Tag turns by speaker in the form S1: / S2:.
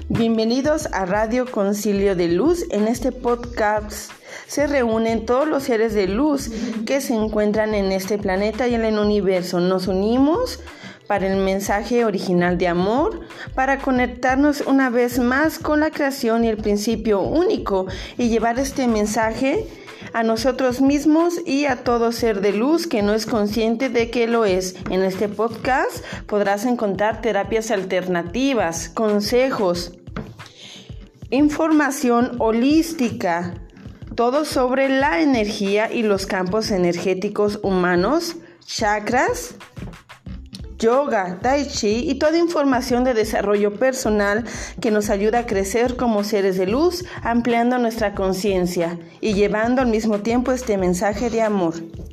S1: Bienvenidos a Radio Concilio de Luz. En este podcast se reúnen todos los seres de luz que se encuentran en este planeta y en el universo. Nos unimos para el mensaje original de amor, para conectarnos una vez más con la creación y el principio único y llevar este mensaje a nosotros mismos y a todo ser de luz que no es consciente de que lo es. En este podcast podrás encontrar terapias alternativas, consejos, información holística, todo sobre la energía y los campos energéticos humanos, chakras, yoga, tai chi y toda información de desarrollo personal que nos ayuda a crecer como seres de luz, ampliando nuestra conciencia y llevando al mismo tiempo este mensaje de amor.